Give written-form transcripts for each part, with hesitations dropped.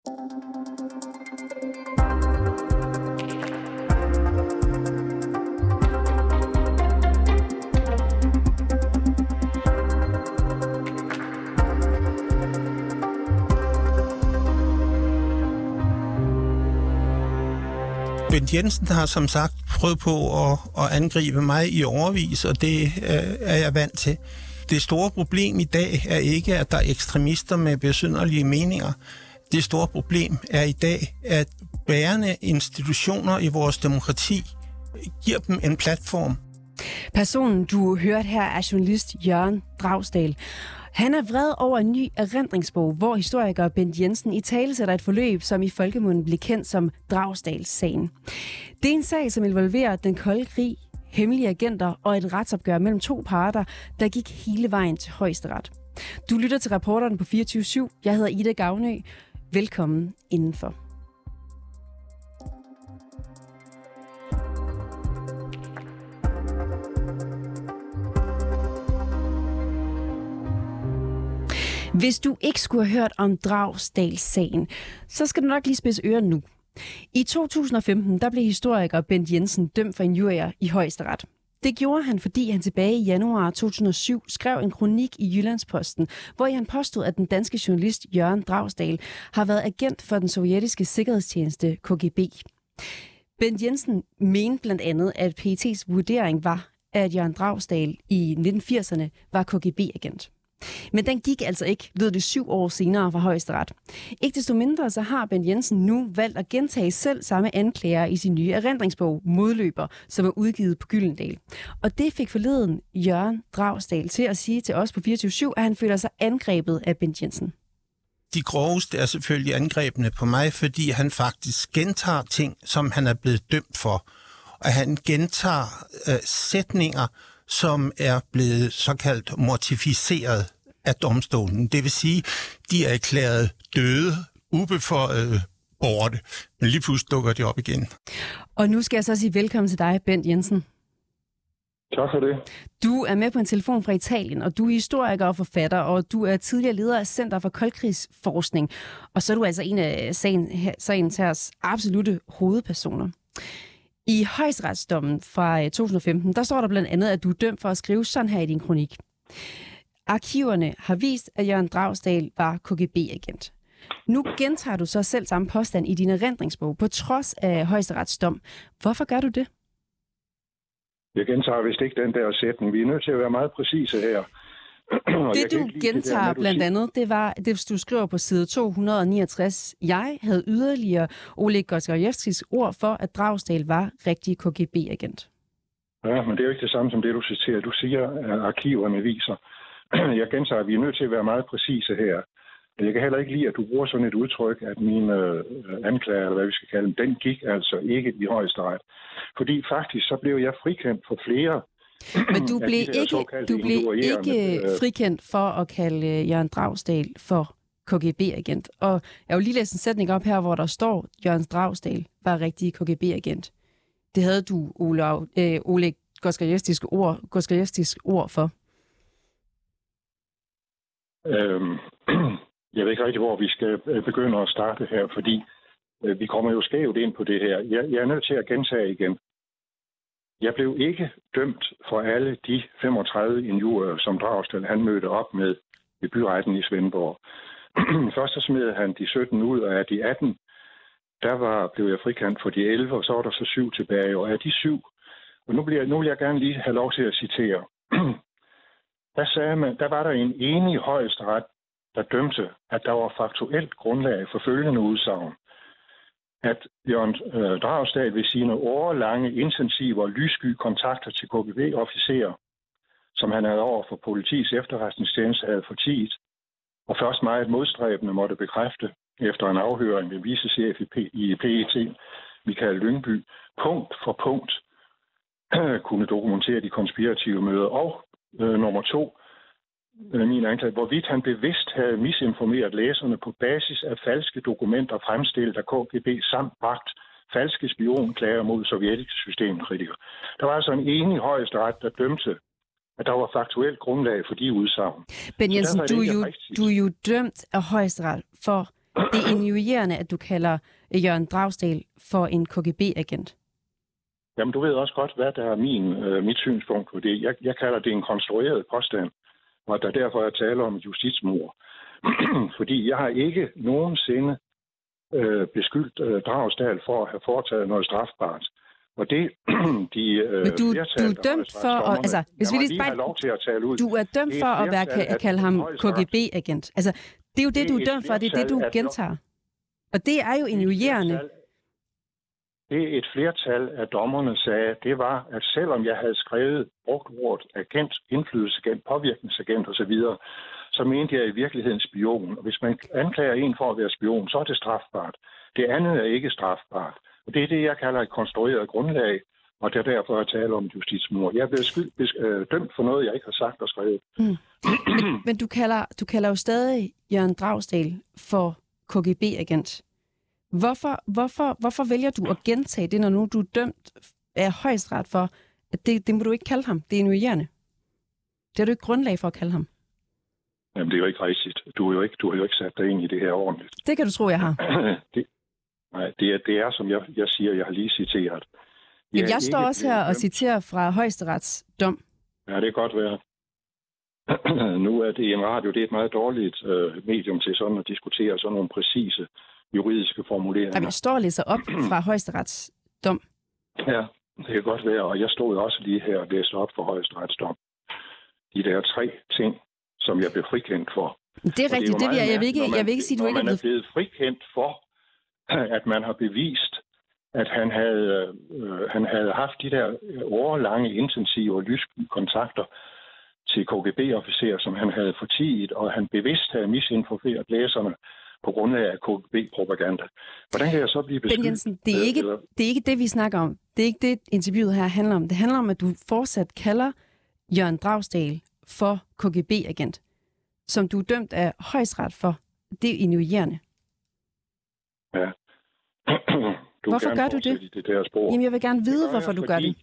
Bent Jensen har som sagt prøvet på at angribe mig i årevis, og det er jeg vant til. Det store problem i dag er ikke, at der er ekstremister med besynderlige meninger. Det store problem er i dag, at bærende institutioner i vores demokrati giver dem en platform. Personen, du hørte her, er journalist Jørgen Dragsdahl. Han er vred over en ny erindringsbog, hvor historiker Bent Jensen italesætter et forløb, som i folkemunden blev kendt som Dragsdal-sagen. Det er en sag, som involverer den kolde krig, hemmelige agenter og et retsopgør mellem to parter, der gik hele vejen til Højesteret. Du lytter til Reporteren på 24/7. Jeg hedder Ida Gavnø. Velkommen indenfor. Hvis du ikke skulle have hørt om Dragsdal-sagen, så skal du nok lige spidse ører nu. I 2015 der blev historiker Bent Jensen dømt for injurier i Højesteret. Det gjorde han, fordi han tilbage i januar 2007 skrev en kronik i Jyllandsposten, hvor han påstod, at den danske journalist Jørgen Dragsdahl har været agent for den sovjetiske sikkerhedstjeneste KGB. Bent Jensen mente blandt andet, at PET's vurdering var, at Jørgen Dragsdahl i 1980'erne var KGB-agent. Men den gik altså ikke, lød det 7 år senere fra Højesteret. Ikke desto mindre så har Bent Jensen nu valgt at gentage selv samme anklager i sin nye erindringsbog Modløber, som er udgivet på Gyldendal. Og det fik forleden Jørgen Dragsdahl til at sige til os på 24/7, at han føler sig angrebet af Bent Jensen. De groveste er selvfølgelig angrebene på mig, fordi han faktisk gentager ting, som han er blevet dømt for. Og han gentager sætninger, som er blevet såkaldt mortificeret af domstolen. Det vil sige, de er erklæret døde, ubeføjede, borte, men lige pludselig dukker de op igen. Og nu skal jeg så sige velkommen til dig, Bent Jensen. Tak for det. Du er med på en telefon fra Italien, og du er historiker og forfatter, og du er tidligere leder af Center for Koldkrigsforskning. Og så er du altså en af sagens her absolutte hovedpersoner. I højesteretsdommen fra 2015, der står der blandt andet, at du er dømt for at skrive sådan her i din kronik. Arkiverne har vist, at Jørgen Dragsdahl var KGB-agent. Nu gentager du så selv samme påstand i din erindringsbog, på trods af højesteretsdom. Hvorfor gør du det? Jeg gentager vist ikke den der sætning. Vi er nødt til at være meget præcise her. Det du gentager blandt andet, det var det, du skriver på side 269. Jeg havde yderligere Oleg Gorgojevskijs ord for, at Dragsdahl var rigtig KGB-agent. Ja, men det er jo ikke det samme som det, du citerer. Du siger, at arkiverne viser. Jeg gentager, at vi er nødt til at være meget præcise her. Jeg kan heller ikke lide, at du bruger sådan et udtryk, at mine anklager, eller hvad vi skal kalde dem, den gik altså ikke i Højesteret. Fordi faktisk så blev jeg frikendt for flere. Men du blev ikke frikendt for at kalde Jørgen Dragsdahl for KGB-agent. Og jeg har jo lige læst en sætning op her, hvor der står, at Jørgen Dragsdahl var rigtig KGB-agent. Det havde du, Oleg Gorgojevskijs ord for. Jeg ved ikke rigtig, hvor vi skal begynde at starte her, fordi vi kommer jo skævt ind på det her. Jeg er nødt til at gentage igen. Jeg blev ikke dømt for alle de 35 injurier, som Dragsdahl han mødte op med ved byretten i Svendborg. Først så smed han de 17 ud, og af de 18, blev jeg frikendt for de 11, og så var der så 7 tilbage. Og af de 7, og nu vil jeg gerne lige have lov til at citere. Der var der en enig højesteret, der dømte, at der var faktuelt grundlag for følgende udsagn. At Jørgen Dragsdahl ved sine årelange, intensive og lyssky kontakter til KGB-officerer, som han havde over for politiets efterretningstjeneste havde fortiet, og først meget modstræbende måtte bekræfte efter en afhøring ved vicechef i PET, Michael Lyngby, punkt for punkt kunne dokumentere de konspirative møder. Og nummer 2, min anklage, hvorvidt han bevidst havde misinformeret læserne på basis af falske dokumenter fremstillet af KGB samt bragt falske spionklager mod sovjetiske systemkritikere. Der var altså en enig højesteret, der dømte, at der var faktuelt grundlag for de udsagn. Ben Jensen, du er jo dømt af højesteret for det er injurierende, at du kalder Jørgen Dragsdahl for en KGB-agent. Jamen, du ved også godt, hvad der er mit synspunkt på det. Jeg kalder det en konstrueret påstand, og der derfor er tale om justitsmord. Fordi jeg har ikke nogensinde beskyldt Dragsdahl for at have foretaget noget strafbart. Og det, du er dømt for at... Altså, hvis vi lige bare... lov til at tale ud. Du er dømt for at kalde ham KGB-agent. Altså, det er jo det, du er dømt for, det er det, du gentager. Og det er jo injurierende. Det et flertal af dommerne sagde, det var, at selvom jeg havde brugt ordet agent, indflydelsesagent, påvirkningsagent osv., så mente jeg i virkeligheden spion. Og hvis man anklager en for at være spion, så er det strafbart. Det andet er ikke strafbart. Og det er det, jeg kalder et konstrueret grundlag, og det er derfor, jeg taler om justitsmord. Jeg er blevet dømt for noget, jeg ikke har sagt og skrevet. Men du kalder jo stadig Jørgen Dragsdahl for KGB-agent. Hvorfor vælger du at gentage det, når nu du er dømt af Højesteret for, at det må du ikke kalde ham? Det er injurierende. Det har du ikke grundlag for at kalde ham. Jamen, det er jo ikke rigtigt. Du har jo ikke sat dig ind i det her ordentligt. Det kan du tro, jeg har. Det er som jeg siger, jeg har lige citeret. Jeg står også her og citerer fra Højesterets dom. Ja, det kan godt være. Nu er det en radio, det er et meget dårligt medium til sådan at diskutere sådan nogle præcise juridiske formuleringer. Jeg står og læser op fra Højesterets dom. Ja, det kan godt være, og jeg stod også lige her og læste op for Højesterets dom. De der 3 ting, som jeg blev frikendt for. Det er rigtigt, jeg vil ikke sige, du ikke er blevet frikendt for, at man har bevist, at han havde haft de der årelange, intensive og lyssky kontakter til KGB-officerer, som han havde fortiet, og han bevidst havde misinformeret læserne på grundlag af KGB-propaganda. Hvordan kan jeg så blive beskyldt? Ben Jensen, det er ikke det, vi snakker om. Det er ikke det, interviewet her handler om. Det handler om, at du fortsat kalder Jørgen Dragsdahl for KGB-agent, som du er dømt af Højesteret for. Det er injurierende. Ja. Hvorfor gør du det? Det der spor. Jamen, jeg vil gerne vide, hvorfor du gør det.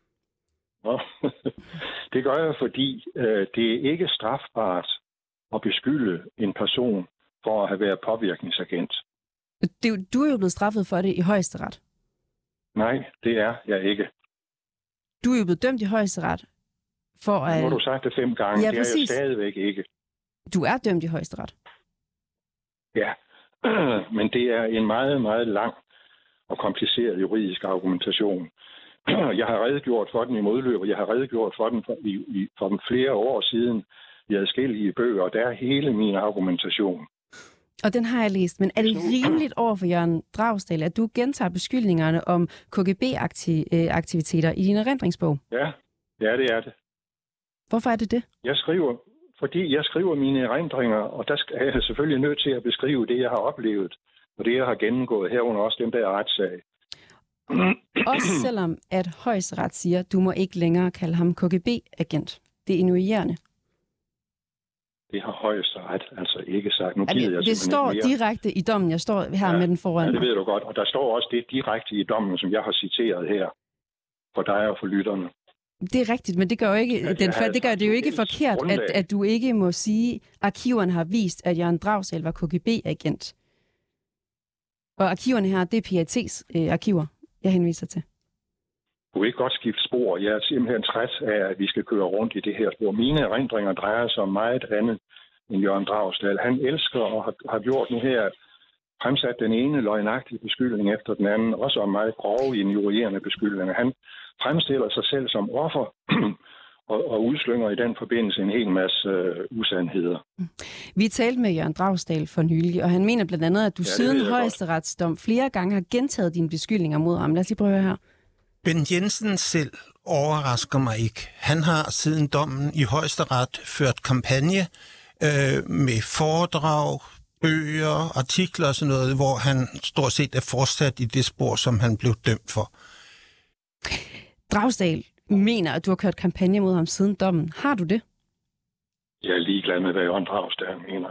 Det gør jeg, fordi det er ikke strafbart at beskylde en person for at have været påvirkningsagent. Du er jo blevet straffet for det i Højesteret. Nej, det er jeg ikke. Du er jo blevet dømt i Højesteret for at... Nu har du sagt det 5 gange. Ja, det er jeg stadigvæk ikke. Du er dømt i Højesteret. Ja, men det er en meget, meget lang og kompliceret juridisk argumentation. Jeg har redegjort for den i modløb, og jeg har redegjort for den for flere år siden i adskillige bøger, og der er hele min argumentation. Og den har jeg læst, men er det rimeligt over for Jørgen Dragsdahl, at du gentager beskyldningerne om KGB-aktiviteter i din erindringsbog? Ja, det er det. Hvorfor er det det? Fordi jeg skriver mine erindringer, og der er jeg selvfølgelig nødt til at beskrive det, jeg har oplevet, og det, jeg har gennemgået herunder også den der retssag. Også selvom at Højesteret siger, at du må ikke længere kalde ham KGB-agent. Det er injurierende. Det har Højesteret altså ikke sagt. Nu gider jeg det står direkte i dommen. Jeg står her med den foran mig. Ja, det ved du godt. Og der står også det direkte i dommen, som jeg har citeret her. For dig og for lytterne. Det er rigtigt, men det gør jo ikke, det gør det jo ikke forkert, at du ikke må sige, at arkiverne har vist, at Jørgen Dragsdahl var KGB-agent. Og arkiverne her, det er PAT's arkiver, jeg henviser til. Du vil ikke godt skifte spor. Jeg er simpelthen træt af, at vi skal køre rundt i det her spor. Mine erindringer drejer sig om meget andet end Jørgen Dragsdahl. Han elsker og har gjort nu her fremsat den ene løgnagtige beskyldning efter den anden, også om meget grove injurierende beskyldninger. Han fremstiller sig selv som offer og udslynger i den forbindelse en hel masse usandheder. Vi talte med Jørgen Dragsdahl for nylig, og han mener blandt andet, at du siden højesteretsdom flere gange har gentaget dine beskyldninger mod ham. Lad os lige prøve her. Ben Jensen selv overrasker mig ikke. Han har siden dommen i Højesteret ført kampagne med foredrag, bøger, artikler og sådan noget, hvor han stort set er fortsat i det spor, som han blev dømt for. Dragsdahl mener, at du har kørt kampagne mod ham siden dommen. Har du det? Jeg er ligeglad med, hvad Jørgen Dragsdahl mener.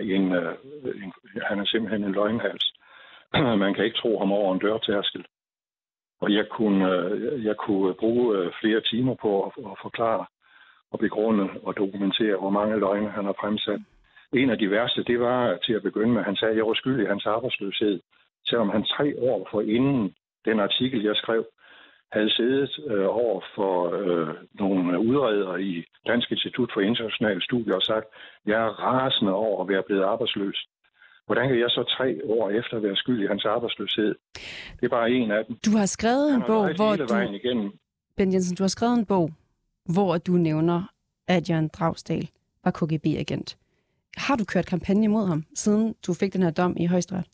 Han er simpelthen en løgnhals. Man kan ikke tro ham over en dørtærskel. Og jeg kunne bruge flere timer på at forklare og begrunde og dokumentere, hvor mange løgne han har fremsat. En af de værste, det var til at begynde med, han sagde, at jeg var skyldig i hans arbejdsløshed, selvom han 3 år forinden den artikel, jeg skrev, havde siddet over for nogle udredere i Dansk Institut for Internationale Studier og sagt, jeg er rasende over at være blevet arbejdsløs. Hvordan kan jeg så 3 år efter være skyldig i hans arbejdsløshed? Det er bare en af dem. Du har skrevet en bog, hvor du... Bent Jensen, du har skrevet en bog, hvor du nævner, at Jørgen Dragsdahl var KGB-agent. Har du kørt kampagne mod ham, siden du fik den her dom i Højesteret?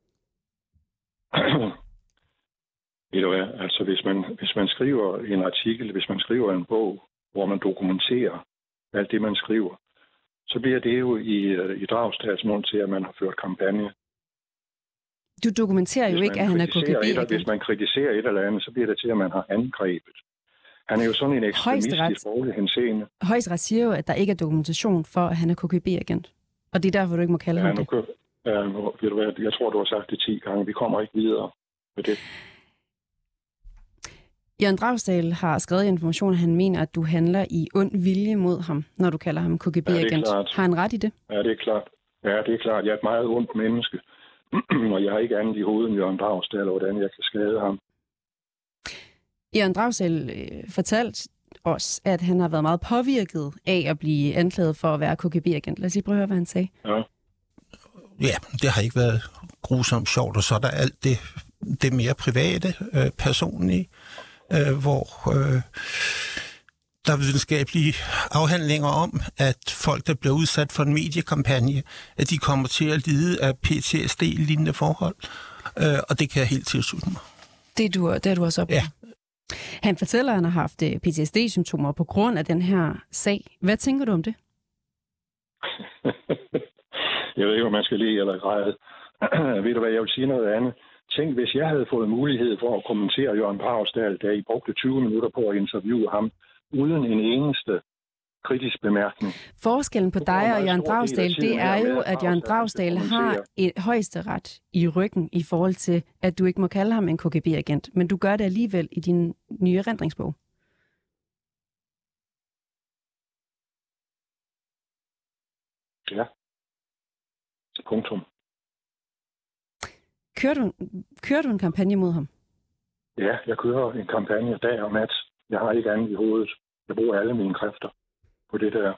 Ved du hvad? Altså, hvis man skriver en artikel, hvis man skriver en bog, hvor man dokumenterer alt det, man skriver, så bliver det jo i Dragsdahls mund til, at man har ført kampagne. Du dokumenterer jo ikke, at han er KGB-agent. Hvis man kritiserer et eller andet, så bliver det til, at man har angrebet. Han er jo sådan en ekstremistisk borgerlig henseende. Højesteret siger jo, at der ikke er dokumentation for, at han er KGB-agent. Og det er derfor, du ikke må kalde ham det. Ved du hvad? Jeg tror, du har sagt det 10 gange. Vi kommer ikke videre med det. Jørgen Dragsdahl har skrevet i Information, at han mener, at du handler i ond vilje mod ham, når du kalder ham KGB-agent. Har han ret i det? Ja, det er klart. Ja, det er klart. Jeg er et meget ondt menneske. Og jeg har ikke andet i hovedet end Jørgen Dragsdahl, og hvordan jeg kan skade ham. Jørgen Dragsdahl fortalte os, at han har været meget påvirket af at blive anklaget for at være KGB-agent. Lad os lige prøve at høre, hvad han sagde. Ja, det har ikke været grusomt sjovt, og så er der alt det mere private, personlige, hvor der er videnskabelige afhandlinger om, at folk, der bliver udsat for en mediekampagne, at de kommer til at lide af PTSD-lignende forhold, og det kan jeg helt tilslutte mig. Det har du også oplevet? Ja. Han fortæller, at han har haft PTSD-symptomer på grund af den her sag. Hvad tænker du om det? Jeg ved ikke, om man skal lide eller græde. Ved du hvad, jeg vil sige noget andet. Tænk, hvis jeg havde fået mulighed for at kommentere Jørgen Dragsdahl, da I brugte 20 minutter på at interviewe ham, uden en eneste kritisk bemærkning. Forskellen på dig og Jørgen Dragsdahl, det er jo, at Jørgen Dragsdahl har et højesteret i ryggen i forhold til, at du ikke må kalde ham en KGB-agent, men du gør det alligevel i din nye erindringsbog. Ja. Punktum. Kører du en kampagne mod ham? Ja, jeg kører en kampagne dag og nat. Jeg har ikke andet i hovedet. Jeg bruger alle mine kræfter på det der.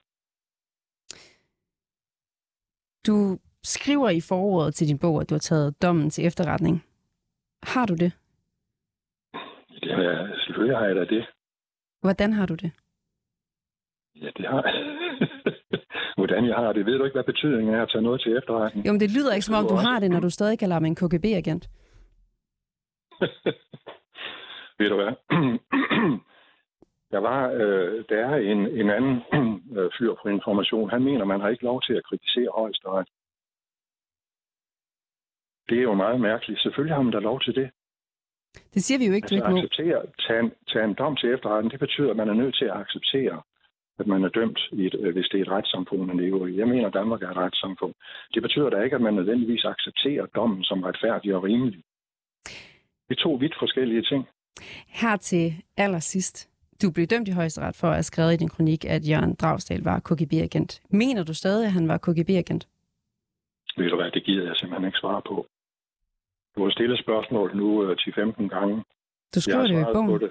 Du skriver i forordet til din bog, at du har taget dommen til efterretning. Har du det? Selvfølgelig har jeg da det. Hvordan har du det? Ja, det har jeg. Hvordan jeg har det. Ved du ikke, hvad betydningen er at tage noget til efterretning? Jo, men det lyder ikke, som om du har det, når du stadig kalder ham en KGB-agent. Ved du hvad? Der er en anden fyr på Information. Han mener, man har ikke lov til at kritisere Højesteret. Det er jo meget mærkeligt. Selvfølgelig har man da lov til det. Det siger vi jo ikke, du ikke må. Tage en dom til efterretning, det betyder, at man er nødt til at acceptere, at man er dømt, hvis det er et retssamfund, man lever i. Jeg mener, at Danmark er et retssamfund. Det betyder da ikke, at man nødvendigvis accepterer dommen som retfærdig og rimelig. Det er 2 vidt forskellige ting. Her til allersidst. Du blev dømt i Højesteret for at have skrevet i din kronik, at Jørgen Dragsdahl var KGB-agent. Mener du stadig, at han var KGB-agent? Ved du hvad, det gider jeg simpelthen ikke svare på. Du har stillet spørgsmål nu 10-15 gange. Du skriver det jo i bogen.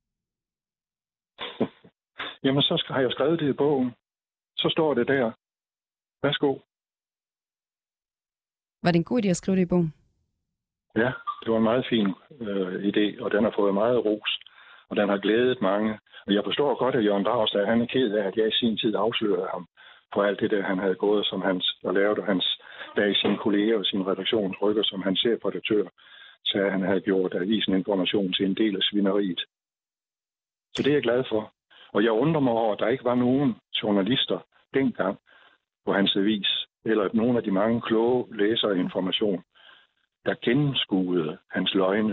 Jamen, så har jeg skrevet det i bogen. Så står det der. Værsgo. Var det en god idé at skrive det i bogen? Ja, det var en meget fin idé, og den har fået meget ros, og den har glædet mange. Og jeg forstår godt, at Jørgen Dragsdahl, han er ked af, at jeg i sin tid afslørede ham for alt det der, han havde gået og lavet, og hans bag sine kolleger og sin redaktionsrykker, som han chefredaktør, så han havde gjort avisen Information til en del af svineriet. Så det er jeg glad for. Og jeg undrer mig over, at der ikke var nogen journalister dengang på hans avis, eller nogen af de mange kloge læsere af Information, der gennemskuede hans løgne.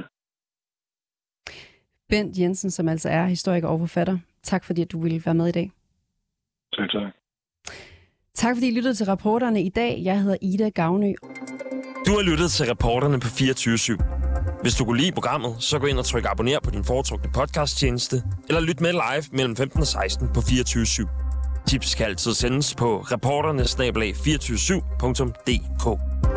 Bent Jensen, som altså er historiker og forfatter. Tak fordi, at du ville være med i dag. Tak. Tak fordi I lyttede til Reporterne i dag. Jeg hedder Ida Gavnø. Du har lyttet til Reporterne på 24/7. Hvis du kunne lide programmet, så gå ind og tryk abonner på din foretrukne podcasttjeneste, eller lyt med live mellem 15 og 16 på 24/7. Tips kan altid sendes på reporterne@247.dk.